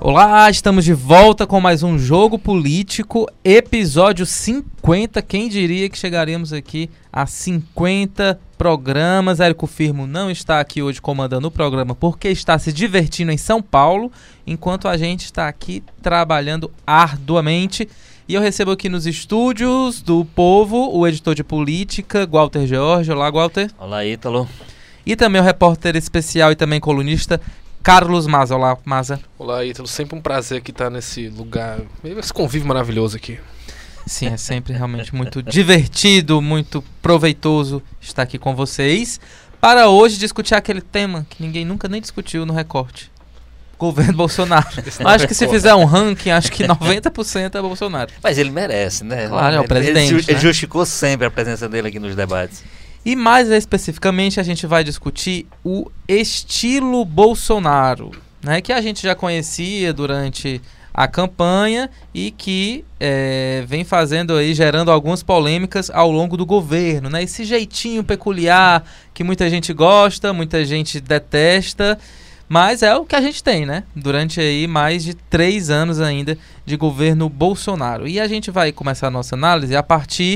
Olá, estamos de volta com mais um Jogo Político, episódio 50. Quem diria que chegaríamos aqui a 50 programas. Érico Firmo não está aqui hoje comandando o programa porque está se divertindo em São Paulo, enquanto a gente está aqui trabalhando arduamente. E eu recebo aqui nos estúdios do Povo o editor de política, Walter George. Olá, Walter. Olá, Ítalo. E também o repórter especial e também colunista, Carlos Maza. Olá, Maza. Olá, Ítalo. Sempre um prazer aqui estar nesse lugar, esse convívio maravilhoso aqui. Sim, é sempre realmente muito divertido, muito proveitoso estar aqui com vocês para hoje discutir aquele tema que ninguém nunca nem discutiu no Recorte. Governo Bolsonaro. Acho que se fizer um ranking, acho que 90% é Bolsonaro. Mas ele merece, né? Claro, é o presidente. Ele justificou sempre a presença dele aqui nos debates. E mais especificamente a gente vai discutir o estilo Bolsonaro, né, que a gente já conhecia durante a campanha e que vem fazendo aí, gerando algumas polêmicas ao longo do governo, né? Esse jeitinho peculiar que muita gente gosta, muita gente detesta, mas é o que a gente tem, né? Durante aí mais de 3 anos ainda de governo Bolsonaro. E a gente vai começar a nossa análise a partir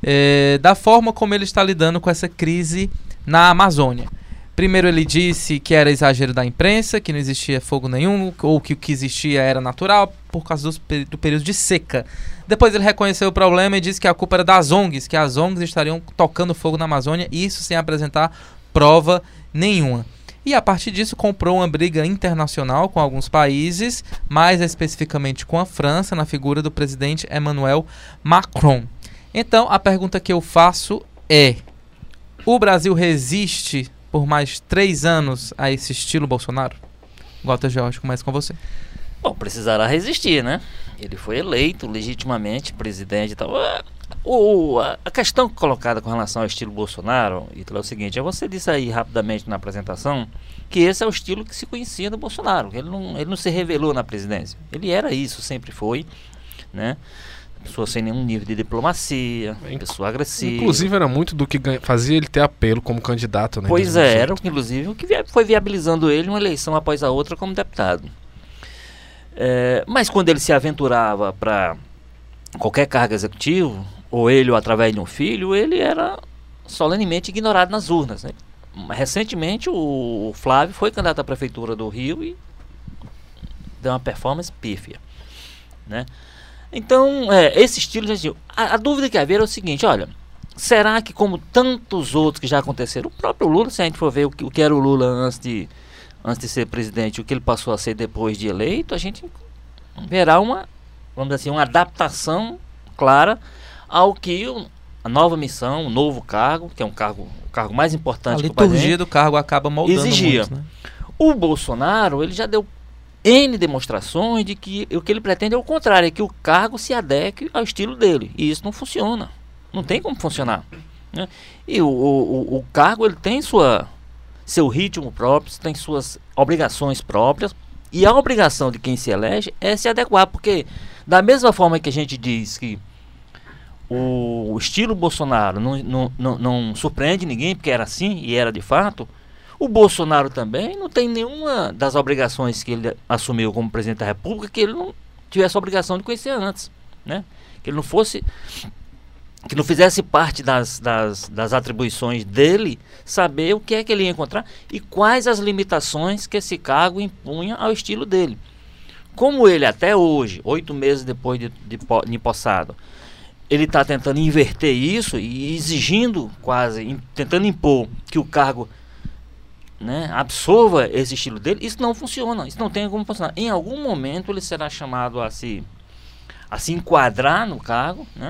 da forma como ele está lidando com essa crise na Amazônia. Primeiro ele disse que era exagero da imprensa, que não existia fogo nenhum, ou que o que existia era natural por causa do período de seca. Depois ele reconheceu o problema e disse que a culpa era das ONGs, que as ONGs estariam tocando fogo na Amazônia, e isso sem apresentar prova nenhuma. E a partir disso comprou uma briga internacional com alguns países, mais especificamente com a França, na figura do presidente Emmanuel Macron. Então, a pergunta que eu faço é: o Brasil resiste por mais 3 anos a esse estilo Bolsonaro? Walter George, começa com você. Bom, precisará resistir, né? Ele foi eleito legitimamente presidente e tal. A questão colocada com relação ao estilo Bolsonaro, Ítalo, é o seguinte: você disse aí rapidamente na apresentação que esse é o estilo que se conhecia do Bolsonaro. Ele não se revelou na presidência. Ele era isso, sempre foi, né? Pessoa sem nenhum nível de diplomacia, pessoa agressiva. Inclusive era muito do que fazia ele ter apelo como candidato, né? Pois é, era inclusive o que foi viabilizando ele uma eleição após a outra como deputado. Mas quando ele se aventurava para qualquer cargo executivo, ou ele ou através de um filho, ele era solenemente ignorado nas urnas, né? Recentemente o Flávio foi candidato à prefeitura do Rio e deu uma performance pífia, né? Então, esse estilo, a dúvida que havia era o seguinte: olha, será que, como tantos outros que já aconteceram, o próprio Lula, se a gente for ver o que era o Lula antes de ser presidente, o que ele passou a ser depois de eleito, a gente verá uma adaptação clara ao que a nova missão, o novo cargo, que é o cargo mais importante que o presidente, a liturgia do cargo acaba moldando exigia. Muito, né? O Bolsonaro, ele já deu N demonstrações de que o que ele pretende é o contrário, é que o cargo se adeque ao estilo dele. E isso não funciona. Não tem como funcionar, né? E o cargo, ele tem seu ritmo próprio, tem suas obrigações próprias. E a obrigação de quem se elege é se adequar, porque da mesma forma que a gente diz que o estilo Bolsonaro não surpreende ninguém, porque era assim e era de fato, o Bolsonaro também não tem nenhuma das obrigações que ele assumiu como presidente da República que ele não tivesse a obrigação de conhecer antes, né? Que ele não fizesse parte das atribuições dele saber o que é que ele ia encontrar e quais as limitações que esse cargo impunha ao estilo dele. Como ele até hoje, 8 meses depois de empossado, ele está tentando inverter isso e exigindo tentando impor que o cargo, né, absorva esse estilo dele, isso não funciona, isso não tem como funcionar. Em algum momento ele será chamado a se enquadrar no cargo, né?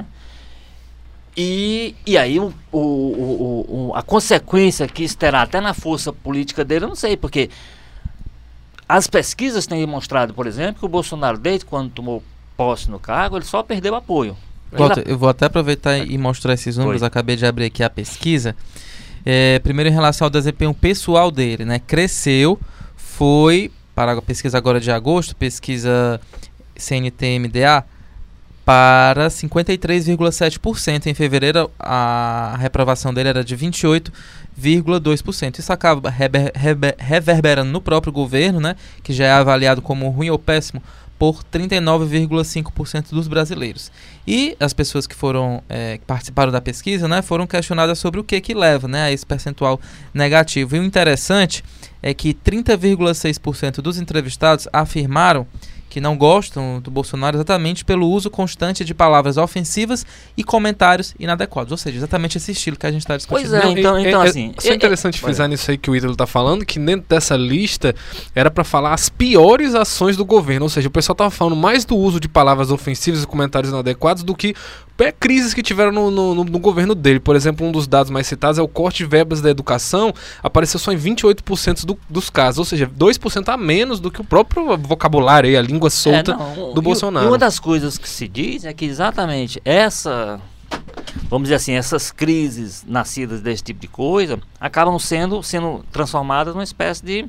E aí a consequência que isso terá até na força política dele, eu não sei, porque as pesquisas têm demonstrado, por exemplo, que o Bolsonaro, desde quando tomou posse no cargo, ele só perdeu apoio. Walter, eu vou até aproveitar e mostrar esses números. Acabei de abrir aqui a pesquisa. Primeiro, em relação ao desempenho pessoal dele, né? Cresceu, foi, para a pesquisa agora de agosto, pesquisa CNT-MDA, para 53,7%. Em fevereiro, a reprovação dele era de 28,2%. Isso acaba reverberando no próprio governo, né, que já é avaliado como ruim ou péssimo por 39,5% dos brasileiros. E as pessoas que foram que participaram da pesquisa, né, foram questionadas sobre o que leva, né, a esse percentual negativo. E o interessante é que 30,6% dos entrevistados afirmaram que não gostam do Bolsonaro exatamente pelo uso constante de palavras ofensivas e comentários inadequados. Ou seja, exatamente esse estilo que a gente está discutindo. Pois é, então assim... É interessante frisar nisso aí que o Ítalo está falando, que dentro dessa lista era para falar as piores ações do governo. Ou seja, o pessoal estava falando mais do uso de palavras ofensivas e comentários inadequados do que crises que tiveram no governo dele. Por exemplo, um dos dados mais citados é o corte de verbas da educação, apareceu só em 28% dos casos, ou seja, 2% a menos do que o próprio vocabulário, a língua solta do Bolsonaro. E uma das coisas que se diz é que exatamente vamos dizer assim, essas crises nascidas desse tipo de coisa acabam sendo transformadas numa espécie de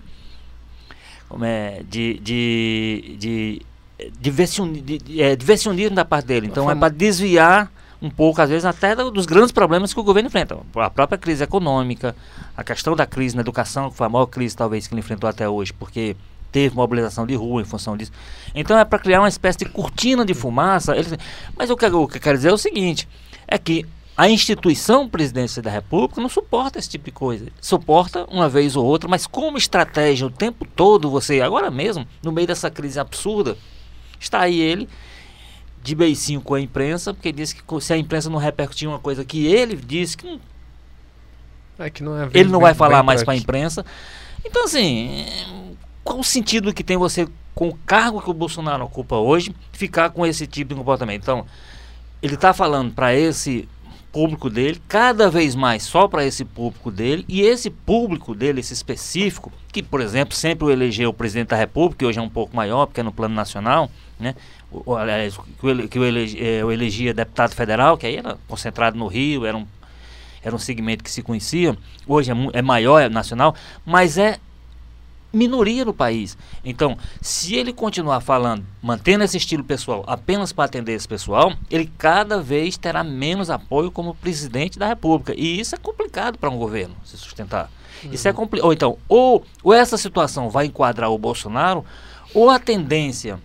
diversionismo da parte dele. Então é para desviar um pouco, às vezes, até dos grandes problemas que o governo enfrenta. A própria crise econômica, a questão da crise na educação, que foi a maior crise talvez que ele enfrentou até hoje, porque teve mobilização de rua em função disso. Então é para criar uma espécie de cortina de fumaça. Mas o que eu quero dizer é o seguinte, é que a instituição Presidência da República não suporta esse tipo de coisa. Suporta uma vez ou outra, mas como estratégia o tempo todo, agora mesmo, no meio dessa crise absurda, está aí ele, de beicinho com a imprensa, porque disse que se a imprensa não repercutir uma coisa que ele disse, que ele não vai falar mais para a imprensa. Então, assim, qual o sentido que tem você, com o cargo que o Bolsonaro ocupa hoje, ficar com esse tipo de comportamento? Então, ele está falando para esse público dele, cada vez mais só para esse público dele, e esse público dele, esse específico, que, por exemplo, sempre o elegeu o presidente da República, que hoje é um pouco maior, porque é no plano nacional, né? Que eu elegia deputado federal, que aí era concentrado no Rio, era um segmento que se conhecia, hoje é maior, é nacional, mas é minoria no país. Então, se ele continuar falando, mantendo esse estilo pessoal apenas para atender esse pessoal, ele cada vez terá menos apoio como presidente da República, e isso é complicado para um governo se sustentar. Isso é complicado. Ou essa situação vai enquadrar o Bolsonaro, ou a tendência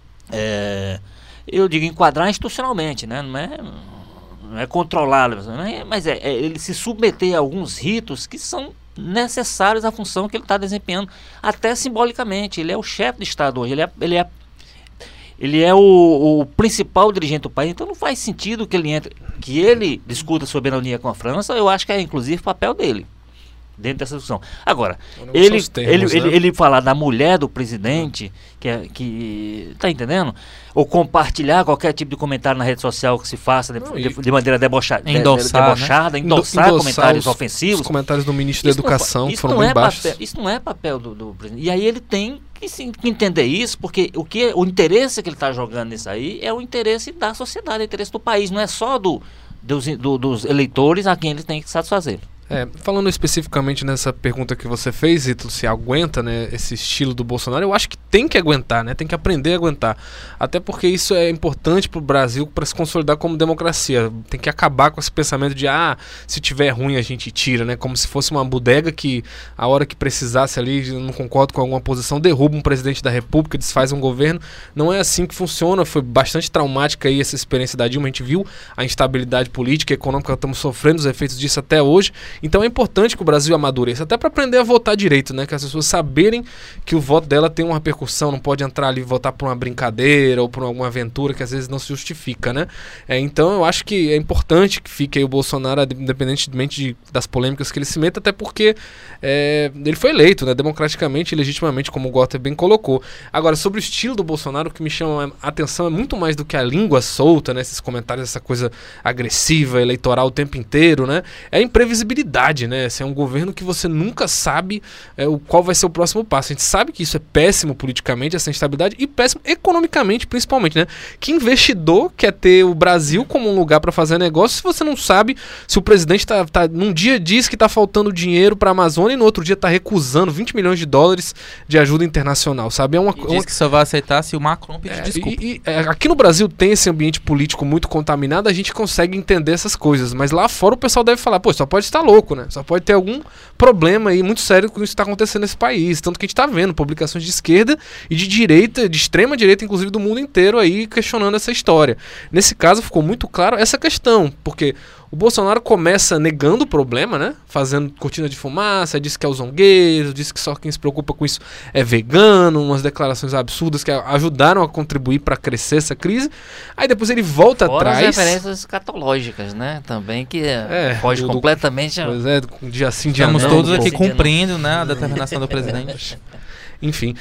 eu digo enquadrar institucionalmente, né? Não é controlá-lo, mas é ele se submeter a alguns ritos que são necessários à função que ele está desempenhando, até simbolicamente. Ele é o chefe de Estado hoje, ele é o principal dirigente do país, então não faz sentido que ele discuta soberania com a França. Eu acho que é inclusive papel dele dentro dessa discussão. Agora, ele falar da mulher do presidente, que tá entendendo? Ou compartilhar qualquer tipo de comentário na rede social que se faça de maneira debochada, endossar comentários ofensivos. Os comentários do ministro da Educação foram bem baixos. Isso não é papel do presidente. E aí ele tem que entender isso, porque o interesse que ele está jogando nisso aí é o interesse da sociedade, o interesse do país, não é só dos eleitores a quem ele tem que satisfazer. Falando especificamente nessa pergunta que você fez, Ítalo, se aguenta, né, esse estilo do Bolsonaro, eu acho que tem que aguentar, né, tem que aprender a aguentar, até porque isso é importante para o Brasil para se consolidar como democracia. Tem que acabar com esse pensamento de se tiver ruim a gente tira, né, como se fosse uma bodega que a hora que precisasse ali, não concordo com alguma posição, derruba um presidente da República, desfaz um governo. Não é assim que funciona. Foi bastante traumática aí essa experiência da Dilma, a gente viu a instabilidade política e econômica, estamos sofrendo os efeitos disso até hoje. Então é importante que o Brasil amadureça, até para aprender a votar direito, né? Que as pessoas saberem que o voto dela tem uma repercussão, não pode entrar ali e votar por uma brincadeira ou por alguma aventura que às vezes não se justifica, né? Então eu acho que é importante que fique aí o Bolsonaro, independentemente das polêmicas que ele se meta, até porque ele foi eleito, né? Democraticamente e legitimamente, como o Gota bem colocou. Agora, sobre o estilo do Bolsonaro, o que me chama a atenção é muito mais do que a língua solta, né? Esses comentários, essa coisa agressiva, eleitoral o tempo inteiro, né? É a imprevisibilidade instabilidade, né? Esse é um governo que você nunca sabe qual vai ser o próximo passo. A gente sabe que isso é péssimo politicamente, essa instabilidade, e péssimo economicamente, principalmente, né? Que investidor quer ter o Brasil como um lugar para fazer negócio se você não sabe se o presidente num dia diz que tá faltando dinheiro para a Amazônia e no outro dia tá recusando 20 milhões de dólares de ajuda internacional, sabe? Diz que só vai aceitar se o Macron pedir desculpa. Aqui no Brasil tem esse ambiente político muito contaminado, a gente consegue entender essas coisas, mas lá fora o pessoal deve falar, pô, só pode estar louco, né? Só pode ter algum problema aí muito sério com isso que está acontecendo nesse país. Tanto que a gente está vendo publicações de esquerda e de direita, de extrema direita, inclusive do mundo inteiro aí, questionando essa história. Nesse caso ficou muito claro essa questão, porque o Bolsonaro começa negando o problema, né? Fazendo cortina de fumaça, disse que é o zongueiro, disse que só quem se preocupa com isso é vegano, umas declarações absurdas que ajudaram a contribuir para crescer essa crise. Aí depois ele volta atrás. As referências escatológicas, né? Também que foge completamente. Pois é, dia sim, dia não. Estamos todos aqui cumprindo, né, a determinação do presidente. Enfim,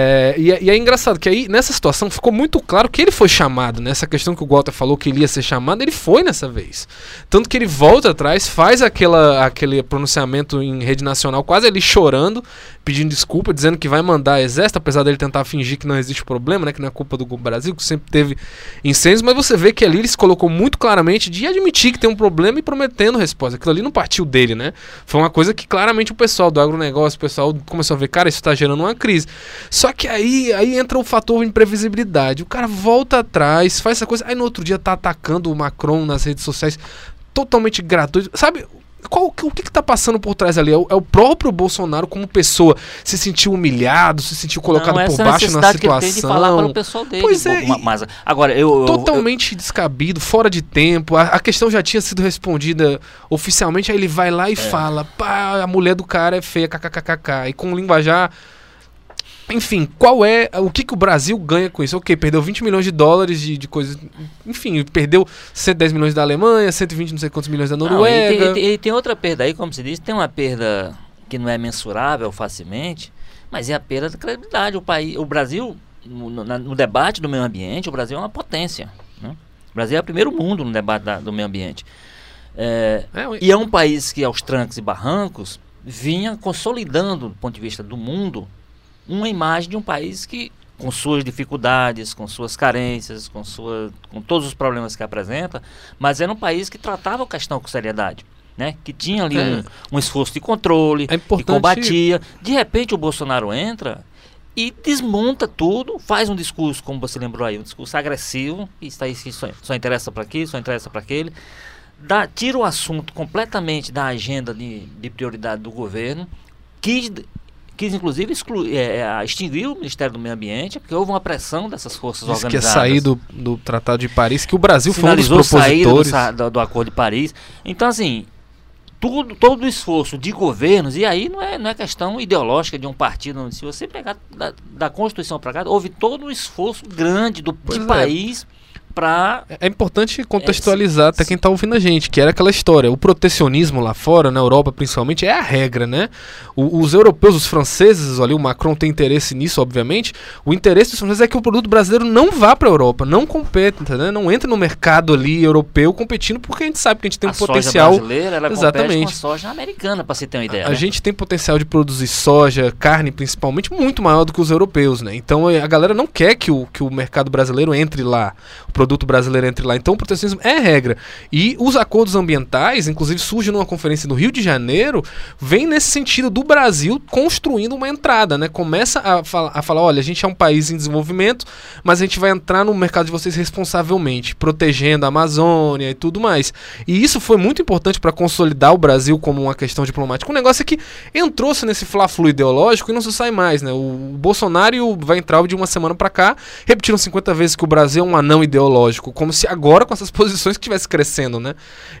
e é engraçado que aí nessa situação ficou muito claro que ele foi chamado, nessa questão que o Walter falou que ele ia ser chamado, ele foi nessa vez. Tanto que ele volta atrás, faz aquele pronunciamento em rede nacional, quase ele chorando, pedindo desculpa, dizendo que vai mandar exército, apesar dele tentar fingir que não existe problema, né, que não é culpa do Brasil, que sempre teve incêndios, mas você vê que ali ele se colocou muito claramente de admitir que tem um problema e prometendo resposta. Aquilo ali não partiu dele, né? Foi uma coisa que claramente o pessoal do agronegócio, o pessoal começou a ver, cara, isso está gerando uma crise. Só que aí entra o fator imprevisibilidade. O cara volta atrás, faz essa coisa, aí no outro dia tá atacando o Macron nas redes sociais totalmente gratuito. Sabe, o que tá passando por trás ali? É o próprio Bolsonaro como pessoa se sentiu humilhado, se sentiu colocado por baixo na situação. Que ele tem de falar para o pessoal dele. Pois é, mas agora totalmente descabido, fora de tempo. A questão já tinha sido respondida oficialmente, aí ele vai lá e fala, pá, a mulher do cara é feia, kkkk, e com um linguajar. Enfim, o que o Brasil ganha com isso? Ok, perdeu 20 milhões de dólares de coisas. Enfim, perdeu 110 milhões da Alemanha, 120 não sei quantos milhões da Noruega. E tem outra perda aí, como se diz, tem uma perda que não é mensurável facilmente, mas é a perda da credibilidade. O Brasil, no debate do meio ambiente, o Brasil é uma potência, né? O Brasil é o primeiro mundo no debate do meio ambiente. E é um país que, aos trancos e barrancos, vinha consolidando, do ponto de vista do mundo, uma imagem de um país que, com suas dificuldades, com suas carências, com todos os problemas que apresenta, mas era um país que tratava a questão com seriedade, né? Que tinha ali um esforço de controle, que combatia. De repente o Bolsonaro entra e desmonta tudo, faz um discurso, como você lembrou aí, um discurso agressivo, que está aí, só interessa para aquilo, só interessa para aquele, tira o assunto completamente da agenda de prioridade do governo, quis inclusive extinguir o Ministério do Meio Ambiente, porque houve uma pressão dessas forças organizadas. Que ia sair do Tratado de Paris, que o Brasil foi um dos propositores. Do Acordo de Paris. Então, assim, todo o esforço de governos, e aí não é questão ideológica de um partido, se você pegar da Constituição para cá, houve todo um esforço grande de país. É importante contextualizar até quem está ouvindo a gente, que era aquela história, o protecionismo lá fora, na Europa principalmente, é a regra, né? Os europeus, os franceses, ali, o Macron tem interesse nisso, obviamente. O interesse dos franceses é que o produto brasileiro não vá para a Europa, não competa, né? Não entra no mercado ali europeu competindo, porque a gente sabe que a gente tem um potencial. A soja brasileira, ela compete com a soja americana, para você ter uma ideia. A gente tem potencial de produzir soja, carne principalmente, muito maior do que os europeus, né? Então a galera não quer que o mercado brasileiro entre lá, o produto brasileiro entre lá. Então o protecionismo é regra. E os acordos ambientais, inclusive surge numa conferência no Rio de Janeiro, vem nesse sentido do Brasil construindo uma entrada, né? Começa a falar, olha, a gente é um país em desenvolvimento, mas a gente vai entrar no mercado de vocês responsavelmente, protegendo a Amazônia e tudo mais. E isso foi muito importante para consolidar o Brasil como uma questão diplomática. Um negócio é que entrou-se nesse fla-flu ideológico e não se sai mais, né? O Bolsonaro vai entrar de uma semana para cá, repetiram 50 vezes que o Brasil é um anão ideológico, como se agora com essas posições que estivesse crescendo, né?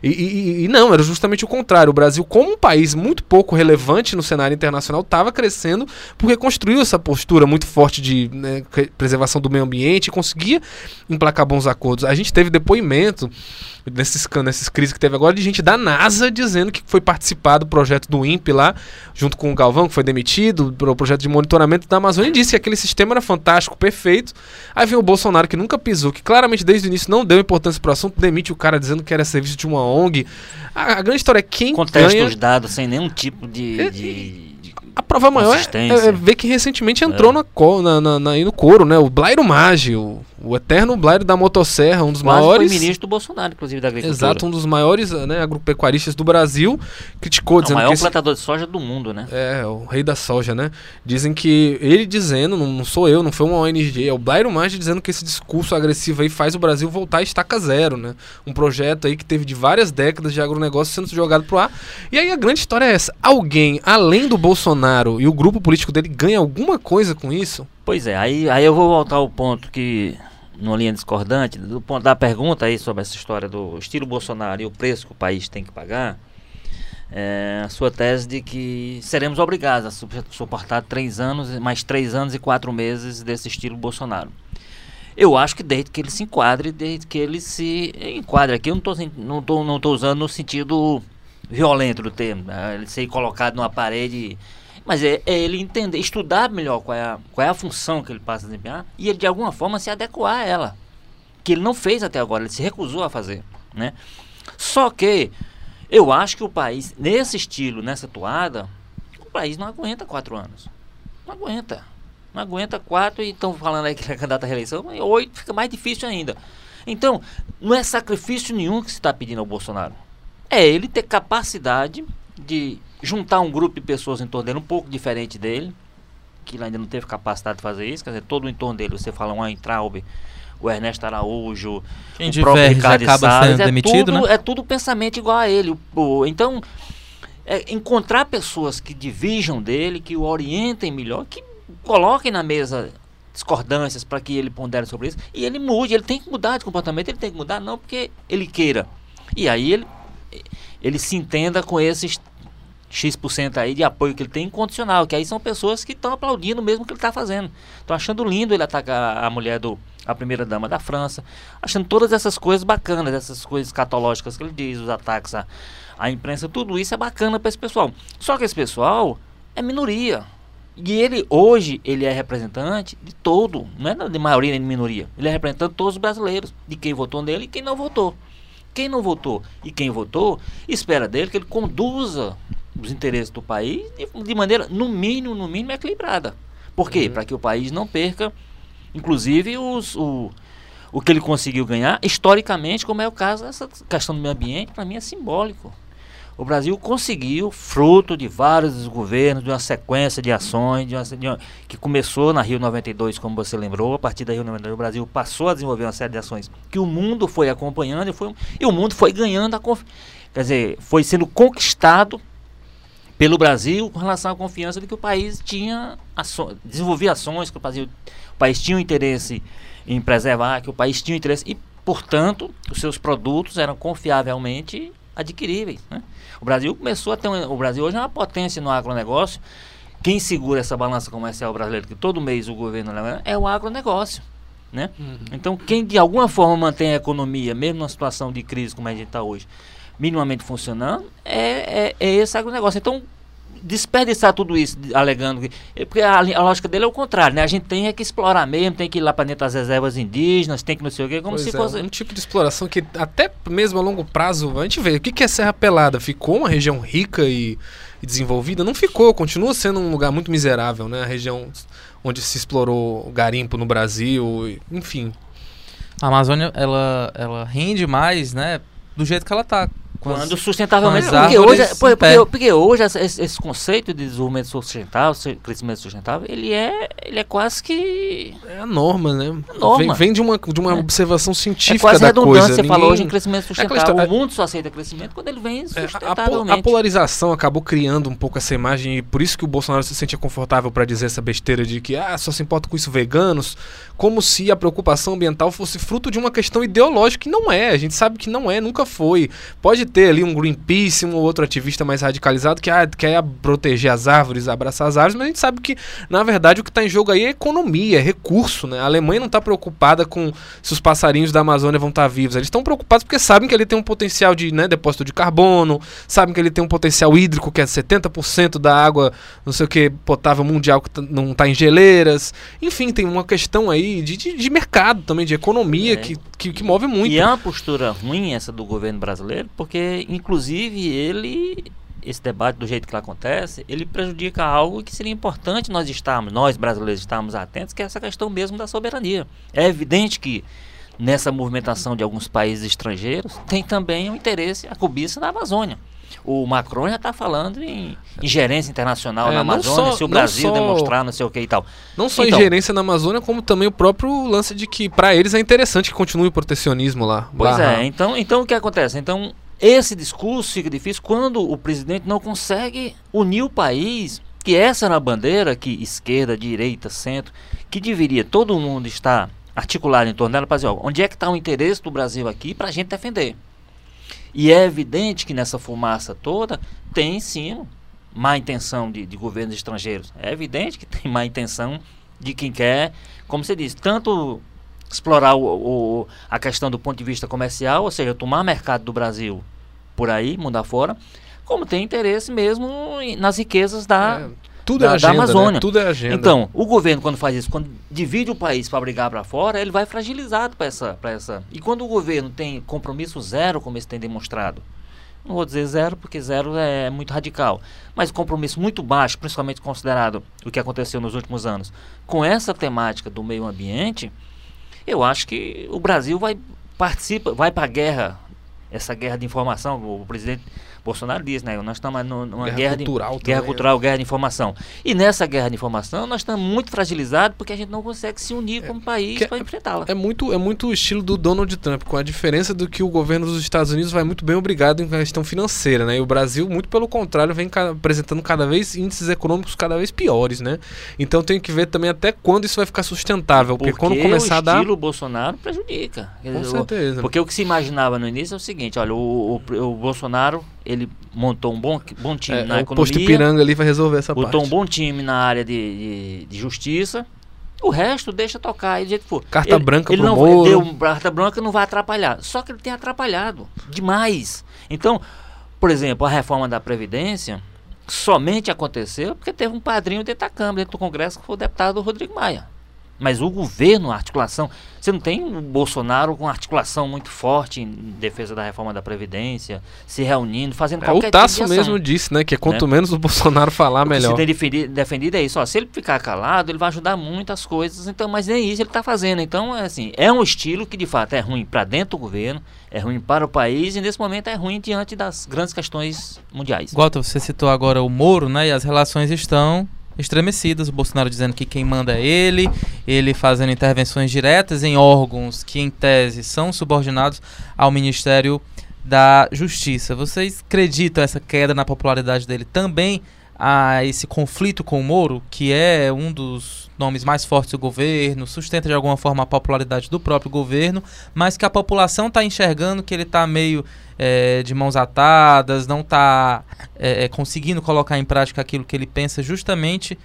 E não, era justamente o contrário. O Brasil, como um país muito pouco relevante no cenário internacional, estava crescendo porque construiu essa postura muito forte de preservação do meio ambiente e conseguia emplacar bons acordos. A gente teve depoimento nessas crises que teve agora de gente da NASA dizendo que foi participar do projeto do INPE lá, junto com o Galvão, que foi demitido, o projeto de monitoramento da Amazônia, e disse que aquele sistema era fantástico, perfeito. Aí vem o Bolsonaro, que nunca pisou, que claramente desde o início não deu importância pro assunto, demite o cara dizendo que era serviço de uma ONG. A grande história é quem contesta ganha... os dados sem nenhum tipo de A prova maior é ver que recentemente entrou no coro, né? O Blairo Maggi, o eterno Blairo da motosserra, um dos maiores... foi ministro do Bolsonaro, inclusive, da agricultura. Exato, um dos maiores, né, agropecuaristas do Brasil, criticou, dizendo que... O maior que plantador de soja do mundo, né? O rei da soja, né? Dizem que... Ele dizendo, não sou eu, não foi uma ONG, é o Blairo Maggi dizendo que esse discurso agressivo aí faz o Brasil voltar a estaca zero, né? Um projeto aí que teve de várias décadas de agronegócio sendo jogado pro ar. E aí a grande história é essa. Alguém, além do Bolsonaro e o grupo político dele, ganha alguma coisa com isso? Pois é, aí eu vou voltar ao ponto que... numa linha discordante, do ponto da pergunta aí sobre essa história do estilo Bolsonaro e o preço que o país tem que pagar, a sua tese de que seremos obrigados a suportar 3 anos, mais 3 anos e 4 meses desse estilo Bolsonaro. Eu acho que desde que ele se enquadre, aqui, eu não tô usando no sentido violento do termo, ele ser colocado numa parede... Mas é ele entender, estudar melhor qual é a função que ele passa a desempenhar e ele de alguma forma se adequar a ela. Que ele não fez até agora, ele se recusou a fazer, né? Só que eu acho que o país, nesse estilo, nessa toada, o país não aguenta 4 anos. Não aguenta. Não aguenta 4 e estão falando aí que é candidato à reeleição, 8 fica mais difícil ainda. Então, não é sacrifício nenhum que se está pedindo ao Bolsonaro. É ele ter capacidade de juntar um grupo de pessoas em torno dele, um pouco diferente dele, que ele ainda não teve capacidade de fazer isso, quer dizer, todo o entorno dele, você fala um Weintraub, o Ernesto Araújo, quem o próprio Ricardo acaba Salles, sendo demitido, né? É tudo pensamento igual a ele. Então, encontrar pessoas que divirjam dele, que o orientem melhor, que coloquem na mesa discordâncias para que ele pondere sobre isso, e ele mude, ele tem que mudar de comportamento, ele tem que mudar não porque ele queira. E aí ele se entenda com esses X% aí de apoio que ele tem incondicional, que aí são pessoas que estão aplaudindo mesmo o que ele está fazendo. Estão achando lindo ele atacar a mulher a primeira dama da França, achando todas essas coisas bacanas, essas coisas escatológicas que ele diz, os ataques à imprensa, tudo isso é bacana para esse pessoal. Só que esse pessoal é minoria. E hoje ele é representante de todo, não é de maioria nem de minoria. Ele é representante de todos os brasileiros, de quem votou nele e quem não votou. Quem não votou e quem votou, espera dele que ele conduza os interesses do país de maneira, no mínimo, equilibrada. Por quê? Para que o país não perca, inclusive, o que ele conseguiu ganhar, historicamente, como é o caso dessa questão do meio ambiente, para mim é simbólico. O Brasil conseguiu, fruto de vários governos, de uma sequência de ações, que começou na Rio 92, como você lembrou. A partir da Rio 92, o Brasil passou a desenvolver uma série de ações que o mundo foi acompanhando e o mundo foi ganhando quer dizer, foi sendo conquistado pelo Brasil com relação à confiança de que o país desenvolvia ações, que o país tinha um interesse em preservar, que o país tinha um interesse e, portanto, os seus produtos eram confiavelmente adquiríveis, né? O Brasil começou a ter o Brasil hoje é uma potência no agronegócio. Quem segura essa balança comercial brasileira, que todo mês o governo leva, é o agronegócio, né? Então, quem de alguma forma mantém a economia, mesmo numa situação de crise como a gente está hoje, minimamente funcionando, é esse agronegócio. Então, desperdiçar tudo isso alegando que... Porque a lógica dele é o contrário, né? A gente tem que explorar mesmo, tem que ir lá para dentro das reservas indígenas, tem que não sei o quê, como se fosse... um tipo de exploração que até mesmo a longo prazo, a gente vê, o que é Serra Pelada? Ficou uma região rica e desenvolvida? Não ficou, continua sendo um lugar muito miserável, né? A região onde se explorou o garimpo no Brasil, enfim. A Amazônia, ela rende mais, né? Do jeito que ela tá. Quando sustentavelmente. Porque hoje esse conceito de desenvolvimento sustentável, crescimento sustentável, ele é quase que... É a norma, né? A norma. Vem de uma observação científica quase da coisa. Redundância, você falou hoje em crescimento sustentável. O mundo só aceita crescimento quando ele vem sustentavelmente. A polarização acabou criando um pouco essa imagem e por isso que o Bolsonaro se sentia confortável para dizer essa besteira de que só se importa com isso veganos, como se a preocupação ambiental fosse fruto de uma questão ideológica, e não é. A gente sabe que não é, nunca foi. Pode ter ali um Greenpeace, um ou outro ativista mais radicalizado que quer proteger as árvores, abraçar as árvores, mas a gente sabe que, na verdade, o que está em jogo aí é economia, é recurso, né? A Alemanha não está preocupada com se os passarinhos da Amazônia vão estar vivos. Eles estão preocupados porque sabem que ele tem um potencial de, né, depósito de carbono, sabem que ele tem um potencial hídrico que é 70% da água, não sei o que, potável mundial que não está em geleiras. Enfim, tem uma questão aí de mercado também, de economia que move muito. E é uma postura ruim essa do governo brasileiro, porque inclusive esse debate do jeito que ele acontece, ele prejudica algo que seria importante nós brasileiros estarmos atentos, que é essa questão mesmo da soberania. É evidente que nessa movimentação de alguns países estrangeiros tem também um interesse, a cobiça da Amazônia. O Macron já está falando em ingerência internacional na Amazônia, se o Brasil demonstrar não sei o que e tal. Não só ingerência na Amazônia, como também o próprio lance de que para eles é interessante que continue o protecionismo lá. Pois é, então o que acontece? Então esse discurso fica difícil quando o presidente não consegue unir o país, que essa era a bandeira que esquerda, direita, centro, que deveria todo mundo estar articulado em torno dela para dizer, onde é que está o interesse do Brasil aqui para a gente defender. E é evidente que nessa fumaça toda tem sim má intenção de governos estrangeiros. É evidente que tem má intenção de quem quer, como você disse, tanto explorar a questão do ponto de vista comercial, ou seja, tomar mercado do Brasil por aí, mundo afora, como tem interesse mesmo nas riquezas da Amazônia. Né? Tudo é agenda. Então, o governo quando faz isso, quando divide o país para brigar para fora, ele vai fragilizado para essa. E quando o governo tem compromisso zero, como esse tem demonstrado, não vou dizer zero, porque zero é muito radical, mas compromisso muito baixo, principalmente considerado o que aconteceu nos últimos anos, com essa temática do meio ambiente, eu acho que o Brasil vai para a guerra, essa guerra de informação. O presidente Bolsonaro diz, né? Nós estamos numa guerra cultural, guerra de informação. E nessa guerra de informação nós estamos muito fragilizados porque a gente não consegue se unir como país para enfrentá-la. É muito o estilo do Donald Trump, com a diferença do que o governo dos Estados Unidos vai muito bem obrigado em questão financeira, né? E o Brasil, muito pelo contrário, vem apresentando cada vez índices econômicos cada vez piores, né? Então tem que ver também até quando isso vai ficar sustentável, porque quando começar a dar... o estilo Bolsonaro prejudica. Com certeza. Porque o que se imaginava no início é o seguinte, olha, o Bolsonaro, ele montou um bom time na economia. O posto Ipiranga ali vai resolver essa parte. Botou um bom time na área de justiça. O resto deixa tocar. Do jeito que for. Carta branca pro Moro. Deu carta branca, não vai atrapalhar. Só que ele tem atrapalhado demais. Então, por exemplo, a reforma da Previdência somente aconteceu porque teve um padrinho dentro da Câmara, dentro do Congresso, que foi o deputado Rodrigo Maia. Mas o governo, a articulação... Você não tem o Bolsonaro com articulação muito forte em defesa da reforma da Previdência, se reunindo, fazendo qualquer tipo de ação. O Tasso mesmo disse, né? Que quanto menos o Bolsonaro falar, melhor. O que se tem defendido é isso. Se ele ficar calado, ele vai ajudar muitas coisas. Então, mas nem isso ele está fazendo. Então, é um estilo que, de fato, é ruim para dentro do governo, é ruim para o país e, nesse momento, é ruim diante das grandes questões mundiais. Walter, você citou agora o Moro, né? E as relações estão estremecidas, o Bolsonaro dizendo que quem manda é ele fazendo intervenções diretas em órgãos que em tese são subordinados ao Ministério da Justiça. Vocês acreditam essa queda na popularidade dele também a esse conflito com o Moro, que é um dos nomes mais fortes do governo, sustenta de alguma forma a popularidade do próprio governo, mas que a população está enxergando que ele está meio de mãos atadas, não está conseguindo colocar em prática aquilo que ele pensa justamente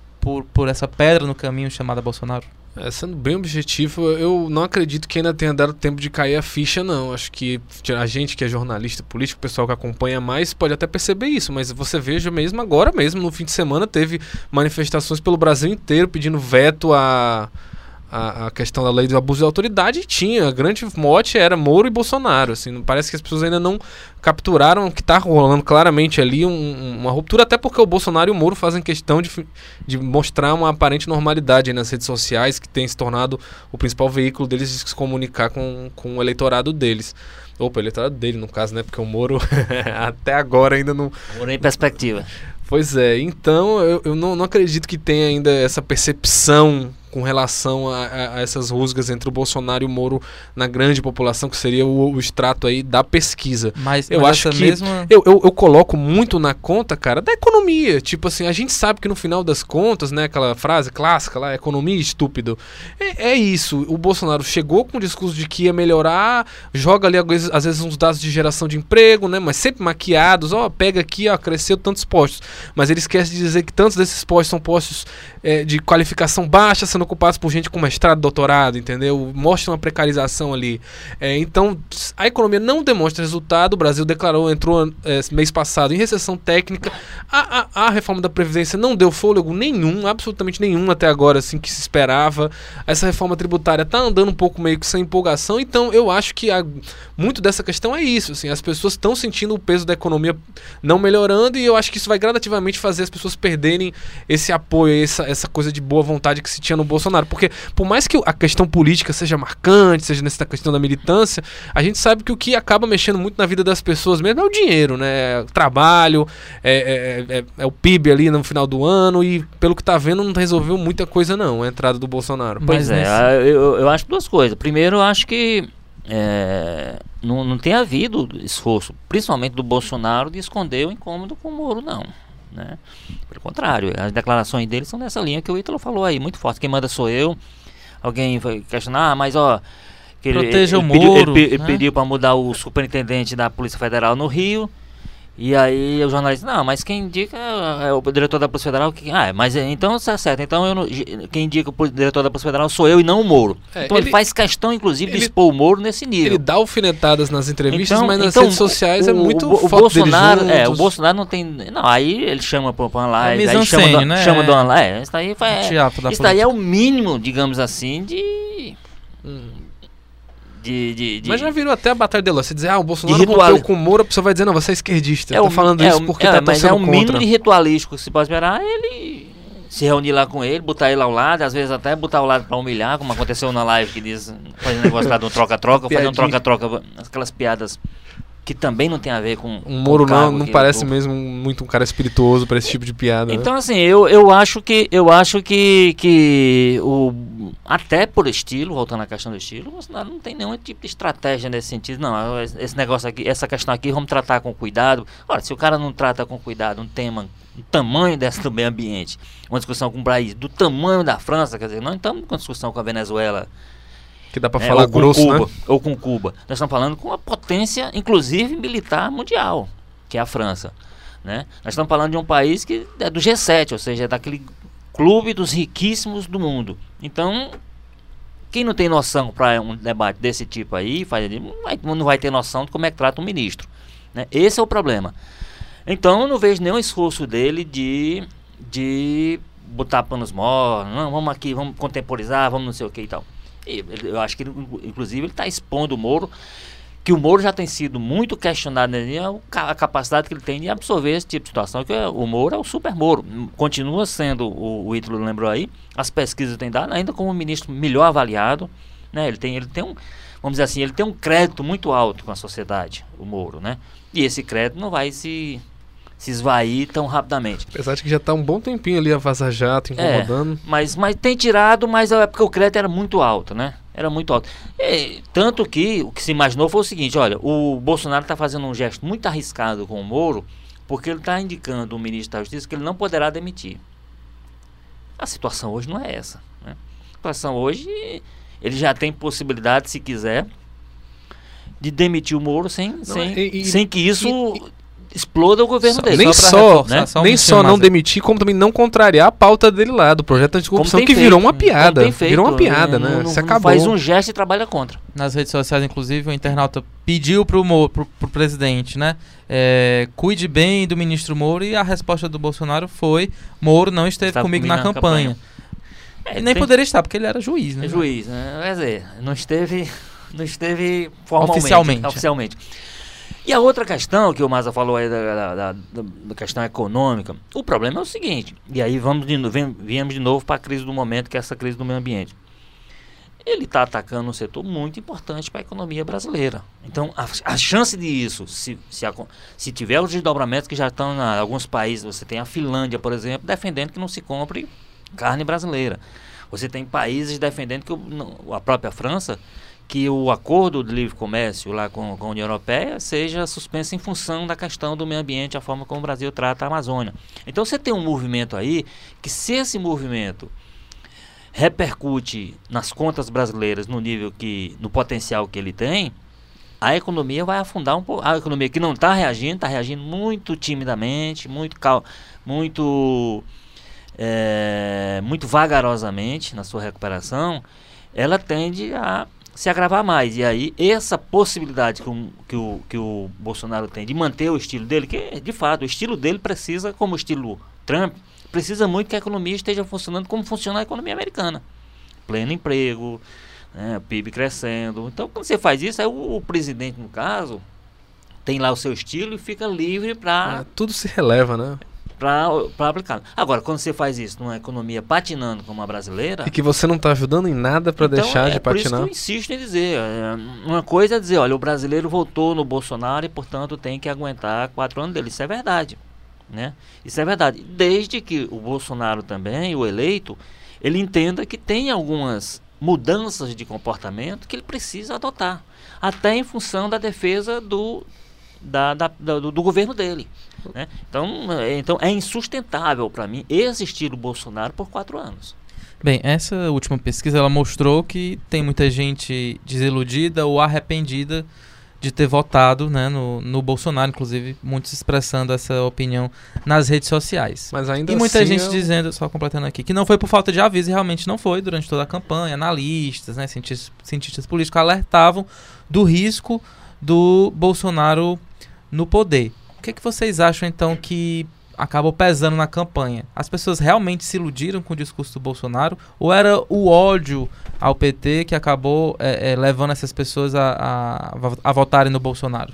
por essa pedra no caminho chamada Bolsonaro? Sendo bem objetivo, eu não acredito que ainda tenha dado tempo de cair a ficha, não. Acho que a gente que é jornalista político, o pessoal que acompanha mais, pode até perceber isso, mas você veja mesmo agora mesmo, no fim de semana, teve manifestações pelo Brasil inteiro pedindo veto a questão da lei do abuso de autoridade, e tinha, a grande mote era Moro e Bolsonaro, assim, parece que as pessoas ainda não capturaram que está rolando claramente ali uma ruptura, até porque o Bolsonaro e o Moro fazem questão de mostrar uma aparente normalidade nas redes sociais, que tem se tornado o principal veículo deles de se comunicar com o eleitorado deles. O eleitorado dele, no caso, né, porque o Moro até agora ainda não... Moro em perspectiva. Pois é, então eu não acredito que tenha ainda essa percepção com relação a essas rusgas entre o Bolsonaro e o Moro na grande população, que seria o extrato aí da pesquisa. Mas eu acho que eu coloco muito na conta, cara, da economia. Tipo assim, a gente sabe que no final das contas, né, aquela frase clássica lá, economia estúpido, é isso. O Bolsonaro chegou com o discurso de que ia melhorar, joga ali às vezes uns dados de geração de emprego, né, mas sempre maquiados, pega aqui, cresceu tantos postos, mas ele esquece de dizer que tantos desses postos são postos de qualificação baixa, sendo ocupados por gente com mestrado, doutorado, entendeu? Mostra uma precarização ali. Então, a economia não demonstra resultado. O Brasil entrou mês passado em recessão técnica. A reforma da Previdência não deu fôlego nenhum, absolutamente nenhum até agora, assim, que se esperava. Essa reforma tributária está andando um pouco meio que sem empolgação. Então, eu acho que muito dessa questão é isso, assim, as pessoas estão sentindo o peso da economia não melhorando, e eu acho que isso vai gradativamente fazer as pessoas perderem esse apoio, essa coisa de boa vontade que se tinha no Bolsonaro, porque por mais que a questão política seja marcante, seja nessa questão da militância, a gente sabe que o que acaba mexendo muito na vida das pessoas mesmo é o dinheiro, né? O trabalho, é o PIB ali no final do ano, e pelo que tá vendo não resolveu muita coisa não, a entrada do Bolsonaro. Pois eu acho duas coisas. Primeiro, eu acho que não tem havido esforço, principalmente do Bolsonaro, de esconder o incômodo com o Moro, não, né? Pelo contrário, as declarações dele são nessa linha que o Ítalo falou aí, muito forte. Quem manda sou eu. Alguém vai questionar, mas que proteja o Moro, ele pediu para mudar o superintendente da Polícia Federal no Rio. E aí o jornalista, não, mas quem indica é o diretor da Polícia Federal. Mas então está certo. Então quem indica o diretor da Polícia Federal sou eu e não o Moro. Então ele faz questão, inclusive, de expor o Moro nesse nível. Ele dá alfinetadas nas entrevistas, mas nas redes sociais é muito foto dele juntos. O Bolsonaro não tem... Não, aí ele chama para uma live, aí chama do uma live. Isso daí é o mínimo, digamos assim, Mas já virou até a batalha de Você dizer, o Bolsonaro rompeu com o Moro, a pessoa vai dizer, não, você é esquerdista. Tá falando isso porque tá torcendo contra. Mas é o mínimo de ritualístico que se pode esperar, ele se reunir lá com ele, botar ele ao lado, às vezes até botar ao lado pra humilhar, como aconteceu na live que diz, fazer um negócio lá de um troca-troca, fazer um troca-troca, aquelas piadas que também não tem a ver com o Moro. Não parece mesmo muito um cara espirituoso para esse tipo de piada. Então, assim, eu acho que até por estilo, voltando à questão do estilo, o Bolsonaro não tem nenhum tipo de estratégia nesse sentido. Não, esse negócio aqui, essa questão aqui, vamos tratar com cuidado. Ora, se o cara não trata com cuidado um tema, o tamanho do meio ambiente, uma discussão com o país do tamanho da França, quer dizer, nós não estamos com discussão com a Venezuela, que dá para falar grosso, Cuba, né? Ou com Cuba. Nós estamos falando com uma potência, inclusive militar mundial, que é a França, né? Nós estamos falando de um país que é do G7, ou seja, é daquele clube dos riquíssimos do mundo. Então, quem não tem noção para um debate desse tipo aí, não vai ter noção de como é que trata um ministro, né? Esse é o problema. Então, eu não vejo nenhum esforço dele de botar panos mornos, não, vamos aqui, vamos contemporizar, vamos não sei o que e tal. Eu acho que, inclusive, ele está expondo o Moro, que o Moro já tem sido muito questionado, né, a capacidade que ele tem de absorver esse tipo de situação, que o Moro é o super Moro. Continua sendo, o Ítalo lembrou aí, as pesquisas têm dado, ainda como o ministro melhor avaliado, né, ele tem um, vamos dizer assim, ele tem um crédito muito alto com a sociedade, o Moro, né, e esse crédito não vai se esvair tão rapidamente. Apesar de que já está um bom tempinho ali a Vaza Jato incomodando. Mas tem tirado, mas é porque o crédito era muito alto, né? Era muito alto. Tanto que o que se imaginou foi o seguinte, olha, o Bolsonaro está fazendo um gesto muito arriscado com o Moro, porque ele está indicando o ministro da Justiça que ele não poderá demitir. A situação hoje não é essa, né? A situação hoje, ele já tem possibilidade, se quiser, de demitir o Moro sem que isso exploda o governo dele. Nem só não demitir, como também não contrariar a pauta dele lá, do projeto anticorrupção, que virou uma piada. Virou uma piada, né? Você acabou. Faz um gesto e trabalha contra. Nas redes sociais, inclusive, o internauta pediu pro presidente, né? Cuide bem do ministro Moro, e a resposta do Bolsonaro foi: Moro não esteve comigo na campanha. Nem poderia estar, porque ele era juiz, né? Juiz, né? Quer dizer, não esteve formalmente. Oficialmente. E a outra questão que o Maza falou aí da questão econômica, o problema é o seguinte, e aí viemos de novo para a crise do momento, que é essa crise do meio ambiente. Ele está atacando um setor muito importante para a economia brasileira. Então, a chance de isso, se tiver os desdobramentos que já estão em alguns países, você tem a Finlândia, por exemplo, defendendo que não se compre carne brasileira. Você tem países defendendo que a própria França, que o acordo de livre comércio lá com a União Europeia seja suspenso em função da questão do meio ambiente, a forma como o Brasil trata a Amazônia. Então você tem um movimento aí que, se esse movimento repercute nas contas brasileiras no potencial que ele tem, a economia vai afundar um pouco. A economia que não está reagindo muito timidamente, muito vagarosamente na sua recuperação, ela tende a se agravar mais. E aí, essa possibilidade que o Bolsonaro tem de manter o estilo dele, que de fato o estilo dele precisa, como o estilo Trump, precisa muito que a economia esteja funcionando como funciona a economia americana. Pleno emprego, né, PIB crescendo. Então, quando você faz isso, aí o presidente, no caso, tem lá o seu estilo e fica livre para... tudo se releva, né? Para aplicar. Agora, quando você faz isso numa economia patinando como a brasileira... E que você não está ajudando em nada para então, deixar de patinar. Por isso que eu insisto em dizer. Uma coisa é dizer, olha, o brasileiro votou no Bolsonaro e, portanto, tem que aguentar 4 anos dele. Isso é verdade. Né? Isso é verdade. Desde que o Bolsonaro também, o eleito, ele entenda que tem algumas mudanças de comportamento que ele precisa adotar. Até em função da defesa do governo dele. Né? Então é insustentável para mim esse estilo Bolsonaro por 4 anos. Bem, essa última pesquisa ela mostrou que tem muita gente desiludida ou arrependida de ter votado, né, no Bolsonaro, inclusive muitos expressando essa opinião nas redes sociais. Mas ainda e muita assim gente dizendo, só completando aqui, que não foi por falta de aviso, e realmente não foi durante toda a campanha. Analistas, né, cientistas políticos alertavam do risco do Bolsonaro no poder. O que vocês acham, então, que acabou pesando na campanha? As pessoas realmente se iludiram com o discurso do Bolsonaro? Ou era o ódio ao PT que acabou levando essas pessoas a votarem no Bolsonaro?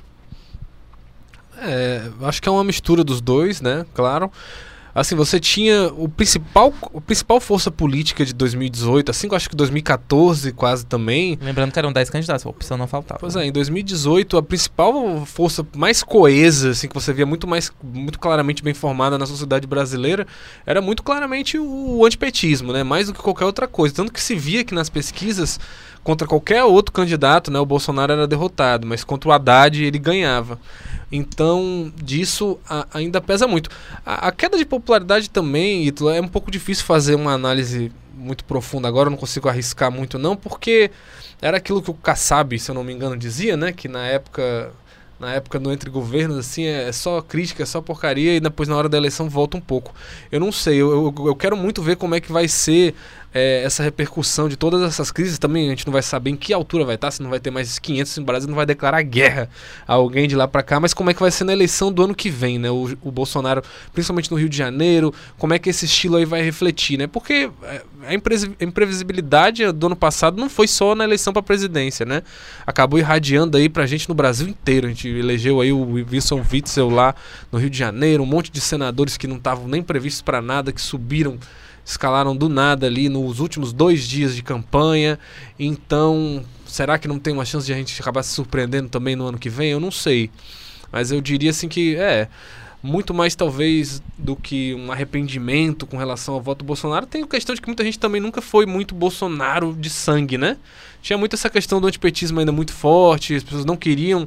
Acho que é uma mistura dos dois, né? Claro. Assim, você tinha a principal força política de 2018, assim, eu acho que 2014 quase também. Lembrando que eram 10 candidatos, a opção não faltava. Pois em 2018, a principal força mais coesa, assim, que você via muito claramente bem formada na sociedade brasileira, era muito claramente o antipetismo, né? Mais do que qualquer outra coisa. Tanto que se via que nas pesquisas, contra qualquer outro candidato, né, o Bolsonaro era derrotado, mas contra o Haddad ele ganhava. Então, disso ainda pesa muito. A queda de popularidade também, Ítalo, é um pouco difícil fazer uma análise muito profunda agora, eu não consigo arriscar muito não, porque era aquilo que o Kassab, se eu não me engano, dizia, né, que na época do entre governos, assim, é só crítica, é só porcaria, e depois na hora da eleição volta um pouco. Eu não sei, eu quero muito ver como é que vai ser essa repercussão de todas essas crises. Também a gente não vai saber em que altura vai estar, se não vai ter mais 500, se o Brasil não vai declarar guerra a alguém de lá pra cá, mas como é que vai ser na eleição do ano que vem, né? O Bolsonaro, principalmente no Rio de Janeiro, como é que esse estilo aí vai refletir, né? Porque a imprevisibilidade do ano passado não foi só na eleição pra presidência, né? Acabou irradiando aí pra gente no Brasil inteiro. A gente elegeu aí o Wilson Witzel lá no Rio de Janeiro, um monte de senadores que não estavam nem previstos pra nada, que escalaram do nada ali nos últimos 2 dias de campanha. Então, será que não tem uma chance de a gente acabar se surpreendendo também no ano que vem? Eu não sei. Mas eu diria assim que muito mais talvez do que um arrependimento com relação ao voto do Bolsonaro. Tem a questão de que muita gente também nunca foi muito Bolsonaro de sangue, né? Tinha muito essa questão do antipetismo ainda muito forte, as pessoas não queriam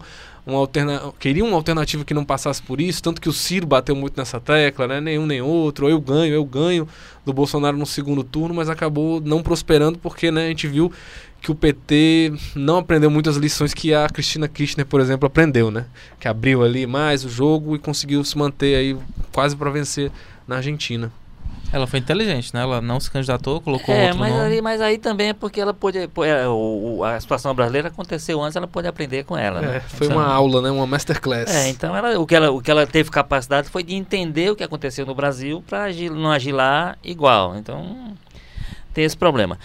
uma alternativa que não passasse por isso, tanto que o Ciro bateu muito nessa tecla, né? Nenhum nem outro, eu ganho do Bolsonaro no segundo turno, mas acabou não prosperando porque, né, a gente viu que o PT não aprendeu muitas lições que a Cristina Kirchner, por exemplo, aprendeu, né? Que abriu ali mais o jogo e conseguiu se manter aí quase para vencer na Argentina. Ela foi inteligente, né? Ela não se candidatou, colocou outro nome. Mas aí também é porque ela pôde... a situação brasileira aconteceu antes, ela pôde aprender com ela. Né? Foi uma aula, né? Uma masterclass. Então o que ela teve capacidade foi de entender o que aconteceu no Brasil para não agir lá igual. Então, tem esse problema.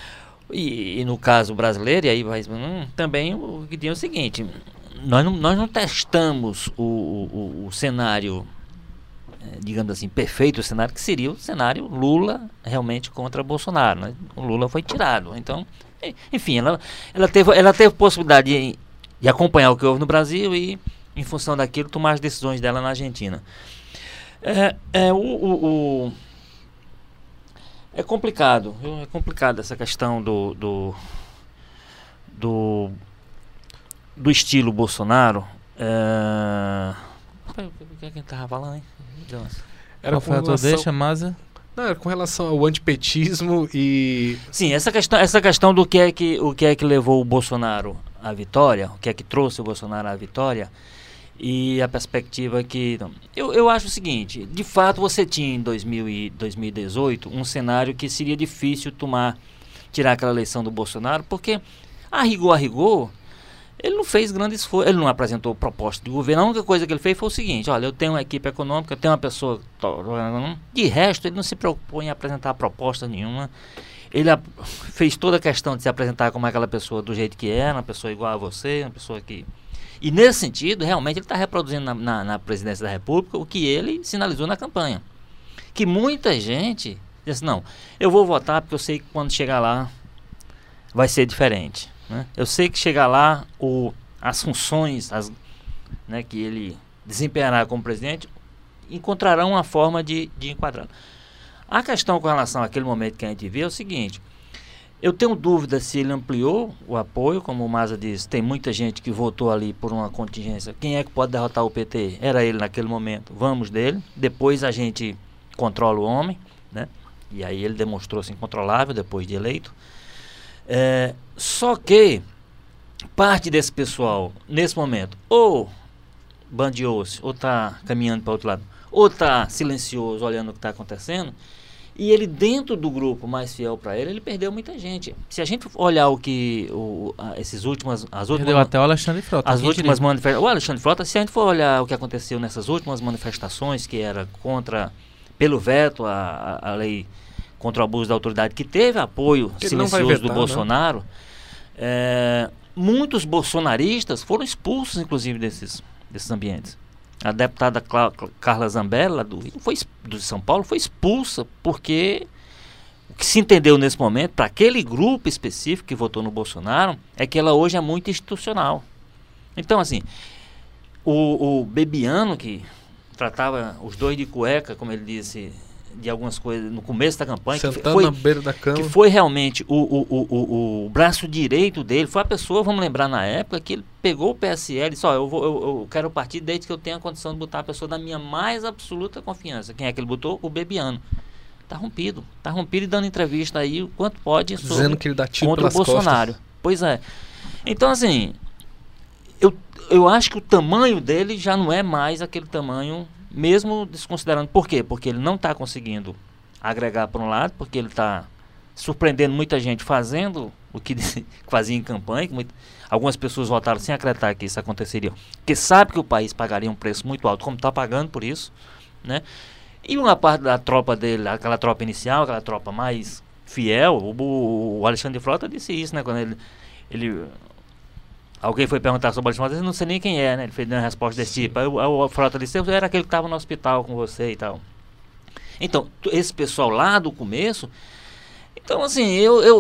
E no caso brasileiro, e aí também o que tinha é o seguinte, nós não testamos o cenário, digamos assim, perfeito, o cenário que seria o cenário Lula realmente contra Bolsonaro, né? O Lula foi tirado. Então, enfim, ela teve possibilidade de acompanhar o que houve no Brasil e, em função daquilo, tomar as decisões dela na Argentina. É complicado, viu? É complicado essa questão do estilo Bolsonaro. O que é que a gente tava falando, hein? Era Qual foi a tua deixa, Maza? Não, era com relação ao antipetismo e... Sim, essa questão do que é que levou o Bolsonaro à vitória, o que é que trouxe o Bolsonaro à vitória, e a perspectiva que... Eu acho o seguinte, de fato você tinha em 2018 um cenário que seria difícil tirar aquela eleição do Bolsonaro, porque a rigor, ele não fez grande esforço, ele não apresentou proposta de governo. A única coisa que ele fez foi o seguinte: olha, eu tenho uma equipe econômica, eu tenho uma pessoa. De resto, ele não se preocupou em apresentar proposta nenhuma. Ele fez toda a questão de se apresentar como aquela pessoa do jeito que era, uma pessoa igual a você, uma pessoa que. E nesse sentido, realmente, ele está reproduzindo na presidência da República o que ele sinalizou na campanha. Que muita gente disse: não, eu vou votar porque eu sei que quando chegar lá vai ser diferente. Eu sei que chegar lá, as funções que ele desempenhará como presidente encontrarão uma forma de enquadrar. A questão com relação àquele momento que a gente vê é o seguinte: eu tenho dúvida se ele ampliou o apoio, como o Maza disse, tem muita gente que votou ali por uma contingência. Quem é que pode derrotar o PT? Era ele naquele momento, vamos dele, depois a gente controla o homem, né? E aí ele demonstrou-se incontrolável depois de eleito. Só que parte desse pessoal, nesse momento, ou bandeou-se, ou está caminhando para outro lado, ou está silencioso olhando o que está acontecendo, e ele dentro do grupo mais fiel para ele perdeu muita gente. Se a gente olhar Perdeu até o Alexandre Frota. As últimas manifestações, o Alexandre Frota, se a gente for olhar o que aconteceu nessas últimas manifestações, que era pelo veto à lei contra o abuso da autoridade, que teve apoio silencioso do Bolsonaro, muitos bolsonaristas foram expulsos, inclusive, desses ambientes. A deputada Carla Zambelli, do São Paulo, foi expulsa porque o que se entendeu nesse momento, para aquele grupo específico que votou no Bolsonaro, é que ela hoje é muito institucional. Então, assim, o Bebiano, que tratava os dois de cueca, como ele disse, de algumas coisas no começo da campanha, sentando na beira da cama, que foi realmente o braço direito dele, foi a pessoa, vamos lembrar na época, que ele pegou o PSL e disse: eu quero partir desde que eu tenha a condição de botar a pessoa da minha mais absoluta confiança. Quem é que ele botou? O Bebiano. Tá rompido e dando entrevista aí o quanto pode dizendo que ele dá tiro contra o Bolsonaro. Costas. Pois é. Então, assim, eu acho que o tamanho dele já não é mais aquele tamanho, mesmo desconsiderando. Por quê? Porque ele não está conseguindo agregar por um lado, porque ele está surpreendendo muita gente fazendo o que fazia em campanha, que algumas pessoas votaram sem acreditar que isso aconteceria, porque sabe que o país pagaria um preço muito alto, como está pagando por isso, né? E uma parte da tropa dele, aquela tropa inicial, aquela tropa mais fiel, o Alexandre Frota disse isso, né? Quando ele alguém foi perguntar sobre o Alexandre Frota, eu não sei nem quem é, né? Ele fez uma resposta desse tipo. Aí o Frota disse: eu era aquele que estava no hospital com você e tal. Então, esse pessoal lá do começo. Então, assim,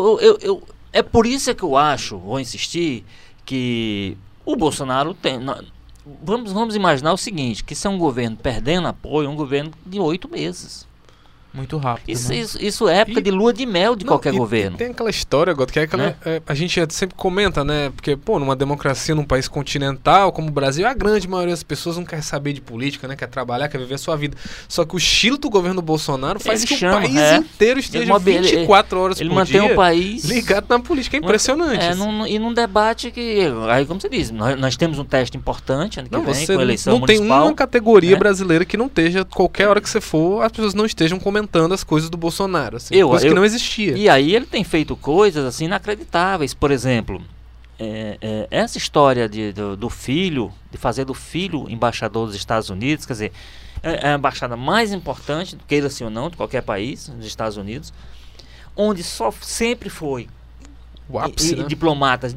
é por isso que eu acho, vou insistir, que o Bolsonaro tem. Vamos imaginar o seguinte: que isso é um governo perdendo apoio, um governo de 8 meses. Muito rápido. Isso é época de lua de mel de qualquer governo. E tem aquela história, agora, que é aquela. Né? A gente sempre comenta, né? Porque, numa democracia, num país continental como o Brasil, a grande maioria das pessoas não quer saber de política, né? Quer trabalhar, quer viver a sua vida. Só que o estilo do governo Bolsonaro faz que o país inteiro esteja 24 horas por dia. Ele mantém o país ligado na política. É impressionante. E num debate que. Aí, como você diz, nós temos um teste importante ano que vem, com a eleição municipal. Não tem uma categoria brasileira que não esteja, qualquer hora que você for, as pessoas não estejam comentando as coisas do Bolsonaro, assim, coisa que não existia. E aí ele tem feito coisas assim inacreditáveis. Por exemplo, essa história do filho, de fazer do filho embaixador dos Estados Unidos, quer dizer, é a embaixada mais importante, queira-se ou não, de qualquer país, nos Estados Unidos, onde sempre foi o ápice, né? Diplomatas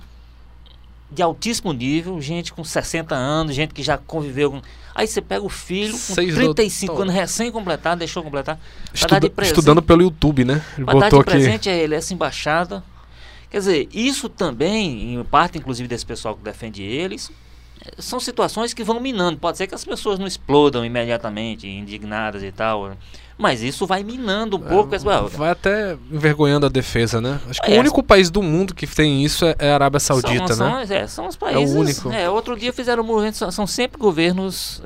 de altíssimo nível, gente com 60 anos, gente que já conviveu com... Aí você pega o filho com 35 anos, recém-completado, deixou completar, estudando pelo YouTube, né? Ele botou aqui presente a ele essa embaixada. Quer dizer, isso também, em parte inclusive desse pessoal que defende eles, são situações que vão minando. Pode ser que as pessoas não explodam imediatamente, indignadas e tal, mas isso vai minando um pouco. Vai até envergonhando a defesa, né? Acho que o único país do mundo que tem isso é a Arábia Saudita, né? São os países. É o único. Outro dia fizeram um movimento, são sempre governos,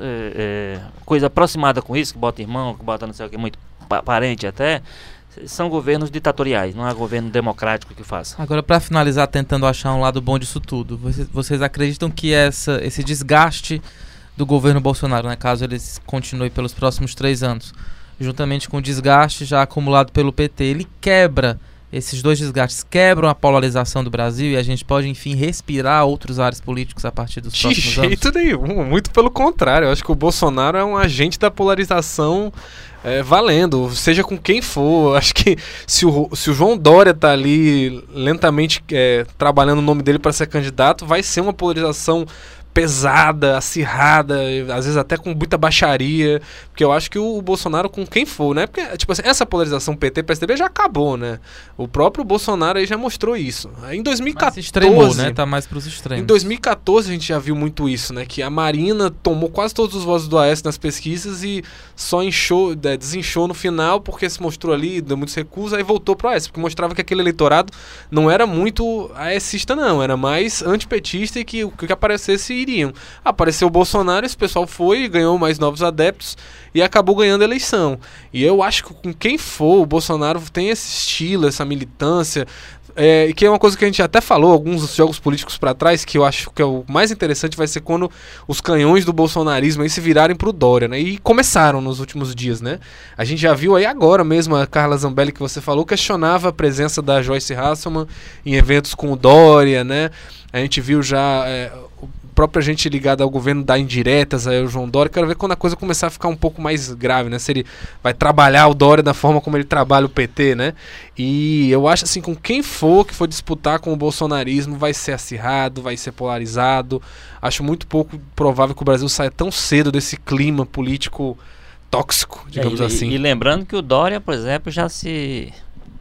coisa aproximada com isso, que bota irmão, que bota não sei o que, muito parente até. São governos ditatoriais, não é governo democrático que faça. Agora, para finalizar, tentando achar um lado bom disso tudo, vocês acreditam que esse desgaste do governo Bolsonaro, né, caso ele continue pelos próximos 3 anos, juntamente com o desgaste já acumulado pelo PT, ele quebra, esses dois desgastes quebram a polarização do Brasil e a gente pode, enfim, respirar outros ares políticos a partir dos próximos anos? De jeito nenhum, muito pelo contrário. Eu acho que o Bolsonaro é um agente da polarização valendo, seja com quem for. Acho que se o João Dória tá ali lentamente trabalhando o nome dele para ser candidato, vai ser uma polarização pesada, acirrada, às vezes até com muita baixaria, porque eu acho que o Bolsonaro com quem for, né? Porque, tipo assim, essa polarização PT-PSDB já acabou, né? O próprio Bolsonaro aí já mostrou isso. Aí, em 2014... Mas extremou, né? Tá mais pros extremos. Em 2014 a gente já viu muito isso, né? Que a Marina tomou quase todos os votos do Aécio nas pesquisas e só desinchou no final, porque se mostrou ali, deu muitos recursos, aí voltou pro Aécio, porque mostrava que aquele eleitorado não era muito aécista, não, era mais antipetista e que o que aparecesse iriam. Apareceu o Bolsonaro, esse pessoal foi, ganhou mais novos adeptos e acabou ganhando a eleição. E eu acho que com quem for, o Bolsonaro tem esse estilo, essa militância, que é uma coisa que a gente até falou, alguns jogos políticos para trás, que eu acho que é o mais interessante vai ser quando os canhões do bolsonarismo aí se virarem pro Dória, né? E começaram nos últimos dias, né? A gente já viu aí agora mesmo a Carla Zambelli, que você falou, questionava a presença da Joyce Hasselman em eventos com o Dória, né? A gente viu já própria gente ligada ao governo dar indiretas aí ao João Dória. Quero ver quando a coisa começar a ficar um pouco mais grave, né? Se ele vai trabalhar o Dória da forma como ele trabalha o PT, né? E eu acho assim, com quem for que for disputar com o bolsonarismo, vai ser acirrado, vai ser polarizado. Acho muito pouco provável que o Brasil saia tão cedo desse clima político tóxico, digamos assim. E lembrando que o Dória, por exemplo, já se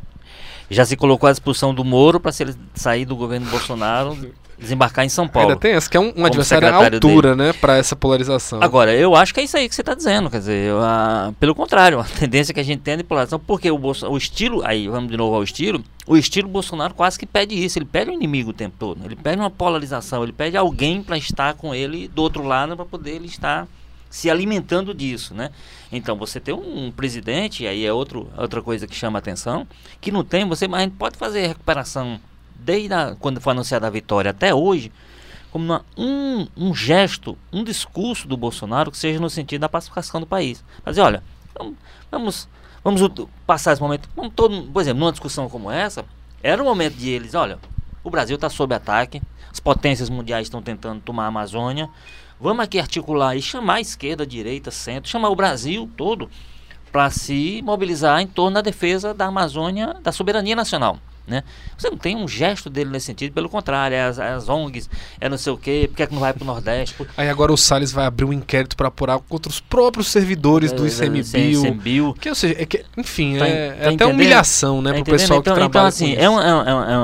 colocou à disposição do Moro para, se ele sair do governo Bolsonaro, desembarcar em São Paulo. Ainda tem essa, que é um adversário à altura, né, para essa polarização. Agora, eu acho que é isso aí que você está dizendo, quer dizer, pelo contrário, a tendência que a gente tem é de polarização, porque o estilo, aí vamos de novo ao estilo, o estilo Bolsonaro quase que pede isso, ele pede um inimigo o tempo todo, ele pede uma polarização, ele pede alguém para estar com ele do outro lado, para poder ele estar se alimentando disso, né? Então, você tem um presidente, aí é outra coisa que chama a atenção, que não tem, mas a gente pode fazer recuperação desde quando foi anunciada a vitória até hoje, como um gesto, um discurso do Bolsonaro que seja no sentido da pacificação do país. Mas olha, vamos passar esse momento, por exemplo, numa discussão como essa, era o momento de eles, olha, o Brasil está sob ataque, as potências mundiais estão tentando tomar a Amazônia, vamos aqui articular e chamar a esquerda, a direita, centro, chamar o Brasil todo para se mobilizar em torno da defesa da Amazônia, da soberania nacional, né? Você não tem um gesto dele nesse sentido, pelo contrário, as ONGs, não sei o quê, por que não vai para o Nordeste? Aí agora o Salles vai abrir um inquérito para apurar contra os próprios servidores do ICMBio. Que, ou seja, enfim, é até humilhação, né, para o pessoal que trabalha então, assim, com isso.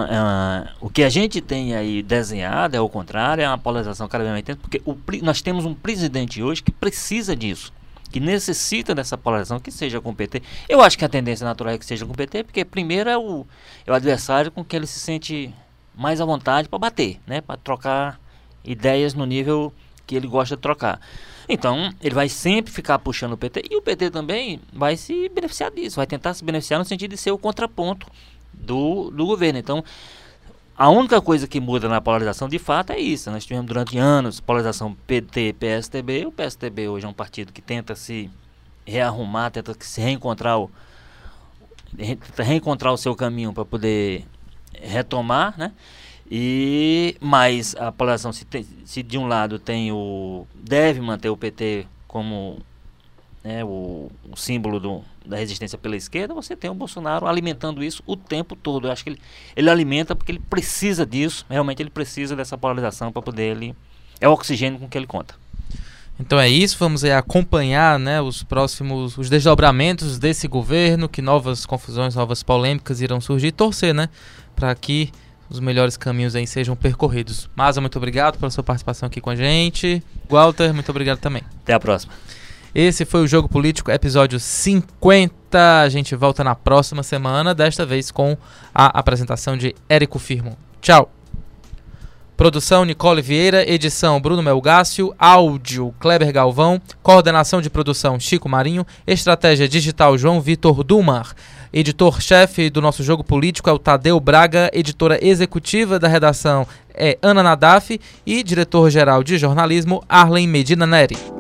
O que a gente tem aí desenhado é o contrário, é uma polarização cada vez mais intensa, porque nós temos um presidente hoje que precisa disso, que necessita dessa polarização, que seja com o PT. Eu acho que a tendência natural é que seja com o PT, porque primeiro é o adversário com quem ele se sente mais à vontade para bater, né? Para trocar ideias no nível que ele gosta de trocar. Então, ele vai sempre ficar puxando o PT, e o PT também vai se beneficiar disso, vai tentar se beneficiar no sentido de ser o contraponto do governo. Então, a única coisa que muda na polarização, de fato, é isso. Nós tivemos durante anos polarização PT-PSDB. O PSDB hoje é um partido que tenta se rearrumar, tenta se reencontrar o seu caminho para poder retomar, né? Mas a polarização, se de um lado deve manter o PT como, né, o símbolo da resistência pela esquerda, você tem o Bolsonaro alimentando isso o tempo todo. Eu acho que ele alimenta porque ele precisa disso, realmente ele precisa dessa polarização para poder é o oxigênio com que ele conta. Então é isso, vamos acompanhar, né, os desdobramentos desse governo, que novas confusões, novas polêmicas irão surgir, torcer, né, para que os melhores caminhos aí sejam percorridos. Masa, muito obrigado pela sua participação aqui com a gente. Walter, muito obrigado também. Até a próxima. Esse foi o Jogo Político, episódio 50. A gente volta na próxima semana, desta vez com a apresentação de Érico Firmo. Tchau. Produção Nicole Vieira, edição Bruno Melgácio, áudio Kleber Galvão, coordenação de produção Chico Marinho, estratégia digital João Vitor Dumar. Editor-chefe do nosso Jogo Político é o Tadeu Braga, editora executiva da redação é Ana Nadaf e diretor-geral de jornalismo Arlen Medina Neri.